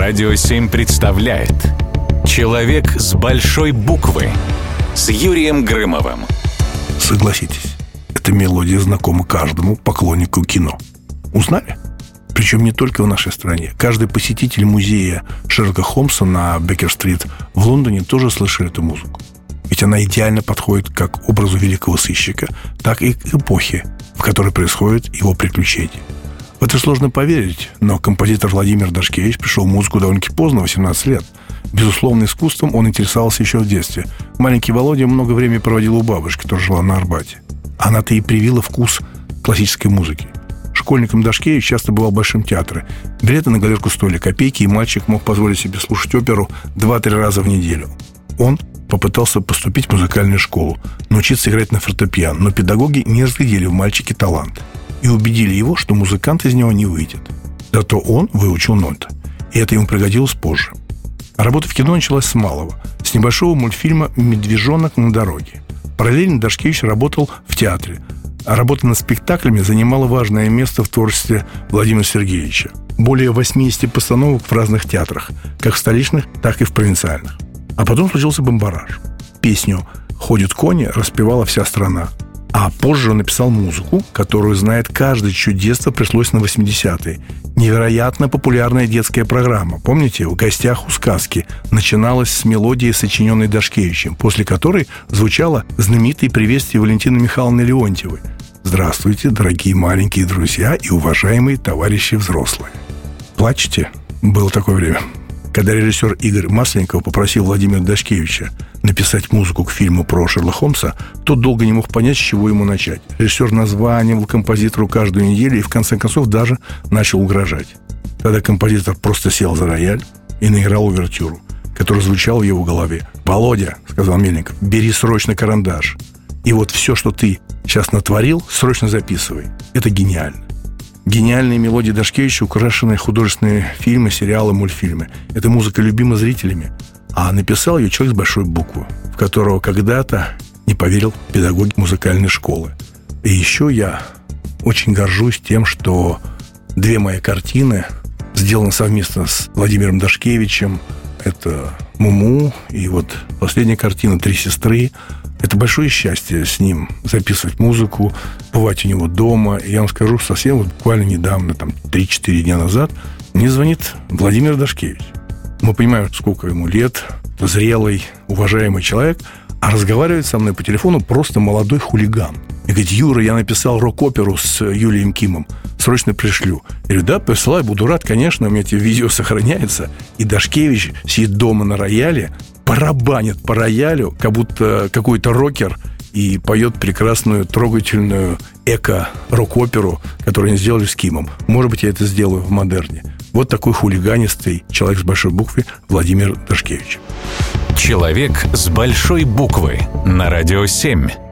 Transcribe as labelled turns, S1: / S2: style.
S1: Радио 7 представляет «Человек с большой буквы» с Юрием Грымовым.
S2: Согласитесь, эта мелодия знакома каждому поклоннику кино. Узнали? Причем не только в нашей стране. Каждый посетитель музея Шерлока Холмса на Бейкер-стрит в Лондоне тоже слышал эту музыку. Ведь она идеально подходит как к образу великого сыщика, так и к эпохе, в которой происходит его приключение. В это сложно поверить, но композитор Владимир Дашкевич пришел в музыку довольно-таки поздно, 18 лет. Безусловно, искусством он интересовался еще в детстве. Маленький Володя много времени проводил у бабушки, которая жила на Арбате. Она-то и привила вкус классической музыки. Школьником Дашкевич часто бывал в Большом театре. Билеты на галерку стоили копейки, и мальчик мог позволить себе слушать оперу 2-3 раза в неделю. Он попытался поступить в музыкальную школу, научиться играть на фортепиано, но педагоги не разглядели в мальчике талант и убедили его, что музыкант из него не выйдет. Зато он выучил ноты, и это ему пригодилось позже. Работа в кино началась с малого, с небольшого мультфильма «Медвежонок на дороге». Параллельно Дашкевич работал в театре, а работа над спектаклями занимала важное место в творчестве Владимира Сергеевича. Более 80 постановок в разных театрах, как в столичных, так и в провинциальных. А потом случился бомбараж. Песню «Ходят кони» распевала вся страна. А позже он написал музыку, которую знает каждый, чье детство пришлось на 80-е. Невероятно популярная детская программа. Помните, «В гостях у сказки» начиналась с мелодии, сочиненной Дашкевичем, после которой звучало знаменитое приветствие Валентины Михайловны Леонтьевой. «Здравствуйте, дорогие маленькие друзья и уважаемые товарищи взрослые». Плачете? Было такое время. Когда режиссер Игорь Масленников попросил Владимира Дашкевича написать музыку к фильму про Шерлока Холмса, тот долго не мог понять, с чего ему начать. Режиссер названивал композитору каждую неделю и, в конце концов, даже начал угрожать. Тогда композитор просто сел за рояль и наиграл увертюру, которая звучала в его голове. «Володя», — сказал Мельников, — «бери срочно карандаш. И вот все, что ты сейчас натворил, срочно записывай. Это гениально». Гениальные мелодии Дашкевича украшены художественные фильмы, сериалы, мультфильмы. Это музыка любима зрителями. А написал ее человек с большой буквы, в которого когда-то не поверил педагог музыкальной школы. И еще я очень горжусь тем, что 2 мои картины сделаны совместно с Владимиром Дашкевичем. Это «Муму» и вот последняя картина «Три сестры». Это большое счастье с ним записывать музыку, бывать у него дома. И я вам скажу, совсем вот буквально недавно, 3-4 дня назад, мне звонит Владимир Дашкевич. Мы понимаем, сколько ему лет, зрелый, уважаемый человек, а разговаривает со мной по телефону просто молодой хулиган. И говорит: «Юра, я написал рок-оперу с Юлием Кимом, срочно пришлю». Я говорю: «Да, присылай, буду рад, конечно, у меня это видео сохраняется». И Дашкевич сидит дома на рояле, барабанит по роялю, как будто какой-то рокер, и поет прекрасную, трогательную эко-рок-оперу, которую они сделали с Кимом. Может быть, я это сделаю в модерне. Вот такой хулиганистый человек с большой буквы Владимир Дашкевич.
S1: «Человек с большой буквы» на Радио 7.